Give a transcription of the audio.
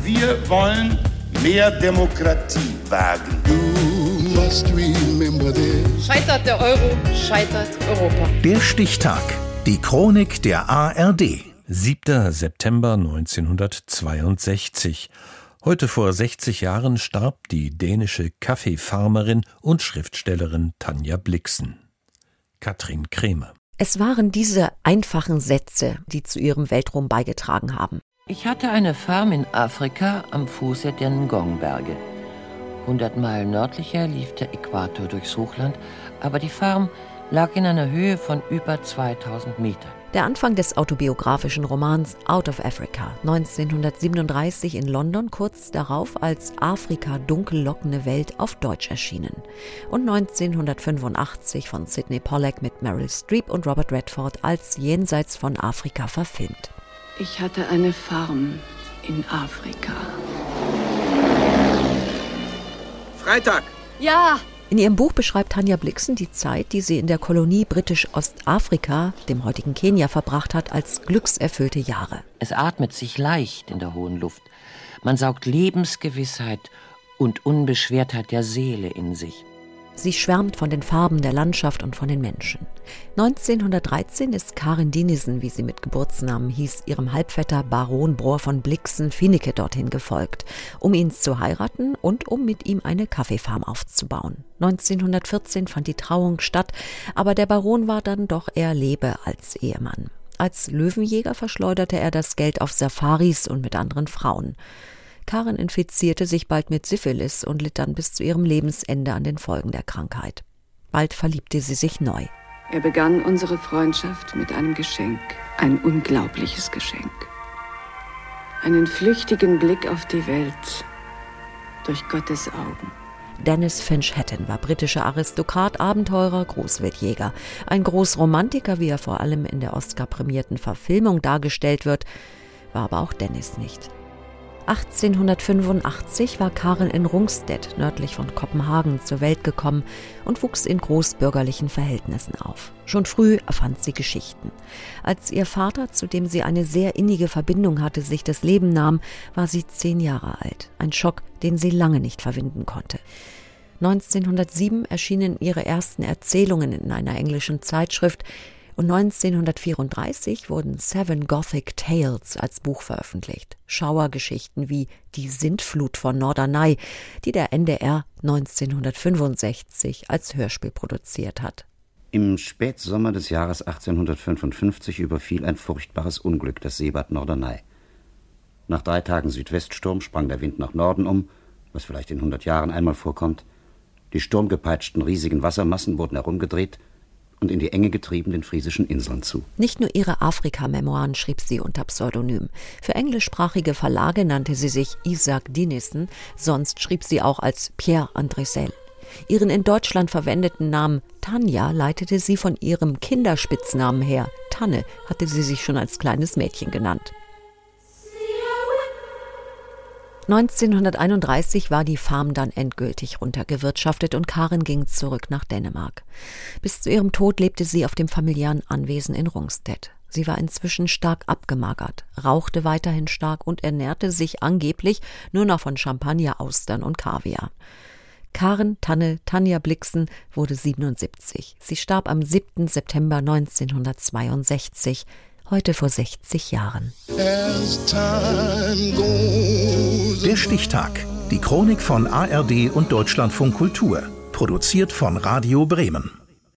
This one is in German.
Wir wollen mehr Demokratie wagen. Scheitert der Euro, scheitert Europa. Der Stichtag. Die Chronik der ARD. 7. September 1962. Heute vor 60 Jahren starb die dänische Kaffeefarmerin und Schriftstellerin Tanja Blixen. Katrin Krämer. Es waren diese einfachen Sätze, die zu ihrem Weltruhm beigetragen haben. Ich hatte eine Farm in Afrika am Fuße der Ngongberge. 100 Meilen nördlicher lief der Äquator durchs Hochland, aber die Farm lag in einer Höhe von über 2000 Metern. Der Anfang des autobiografischen Romans Out of Africa, 1937 in London, kurz darauf als Afrika dunkel lockende Welt auf Deutsch erschienen. Und 1985 von Sidney Pollack mit Meryl Streep und Robert Redford als Jenseits von Afrika verfilmt. Ich hatte eine Farm in Afrika. Freitag! Ja! In ihrem Buch beschreibt Tanja Blixen die Zeit, die sie in der Kolonie Britisch-Ostafrika, dem heutigen Kenia, verbracht hat, als glückserfüllte Jahre. Es atmet sich leicht in der hohen Luft. Man saugt Lebensgewissheit und Unbeschwertheit der Seele in sich. Sie schwärmt von den Farben der Landschaft und von den Menschen. 1913 ist Karen Dinesen, wie sie mit Geburtsnamen hieß, ihrem Halbvetter Baron Bror von Blixen-Finecke dorthin gefolgt, um ihn zu heiraten und um mit ihm eine Kaffeefarm aufzubauen. 1914 fand die Trauung statt, aber der Baron war dann doch eher Lebe als Ehemann. Als Löwenjäger verschleuderte er das Geld auf Safaris und mit anderen Frauen. Karen infizierte sich bald mit Syphilis und litt dann bis zu ihrem Lebensende an den Folgen der Krankheit. Bald verliebte sie sich neu. Er begann unsere Freundschaft mit einem Geschenk, ein unglaubliches Geschenk. Einen flüchtigen Blick auf die Welt durch Gottes Augen. Dennis Finch Hatton war britischer Aristokrat, Abenteurer, Großwildjäger. Ein Großromantiker, wie er vor allem in der Oscar-prämierten Verfilmung dargestellt wird, war aber auch Dennis nicht. 1885 war Karen in Rungstedt, nördlich von Kopenhagen, zur Welt gekommen und wuchs in großbürgerlichen Verhältnissen auf. Schon früh erfand sie Geschichten. Als ihr Vater, zu dem sie eine sehr innige Verbindung hatte, sich das Leben nahm, war sie 10 Jahre alt. Ein Schock, den sie lange nicht verwinden konnte. 1907 erschienen ihre ersten Erzählungen in einer englischen Zeitschrift, und 1934 wurden 7 Gothic Tales als Buch veröffentlicht. Schauergeschichten wie Die Sintflut von Norderney, die der NDR 1965 als Hörspiel produziert hat. Im Spätsommer des Jahres 1855 überfiel ein furchtbares Unglück das Seebad Norderney. Nach 3 Tagen Südweststurm sprang der Wind nach Norden um, was vielleicht in 100 Jahren einmal vorkommt. Die sturmgepeitschten riesigen Wassermassen wurden herumgedreht und in die Enge getrieben den friesischen Inseln zu. Nicht nur ihre Afrika-Memoiren schrieb sie unter Pseudonym. Für englischsprachige Verlage nannte sie sich Isak Dinesen, sonst schrieb sie auch als Pierre Andressel. Ihren in Deutschland verwendeten Namen Tanja leitete sie von ihrem Kinderspitznamen her. Tanne hatte sie sich schon als kleines Mädchen genannt. 1931 war die Farm dann endgültig runtergewirtschaftet und Karen ging zurück nach Dänemark. Bis zu ihrem Tod lebte sie auf dem familiären Anwesen in Rungstedt. Sie war inzwischen stark abgemagert, rauchte weiterhin stark und ernährte sich angeblich nur noch von Champagner, Austern und Kaviar. Karen Tanja Blixen wurde 77. Sie starb am 7. September 1962. Heute vor 60 Jahren. Der Stichtag. Die Chronik von ARD und Deutschlandfunk Kultur. Produziert von Radio Bremen.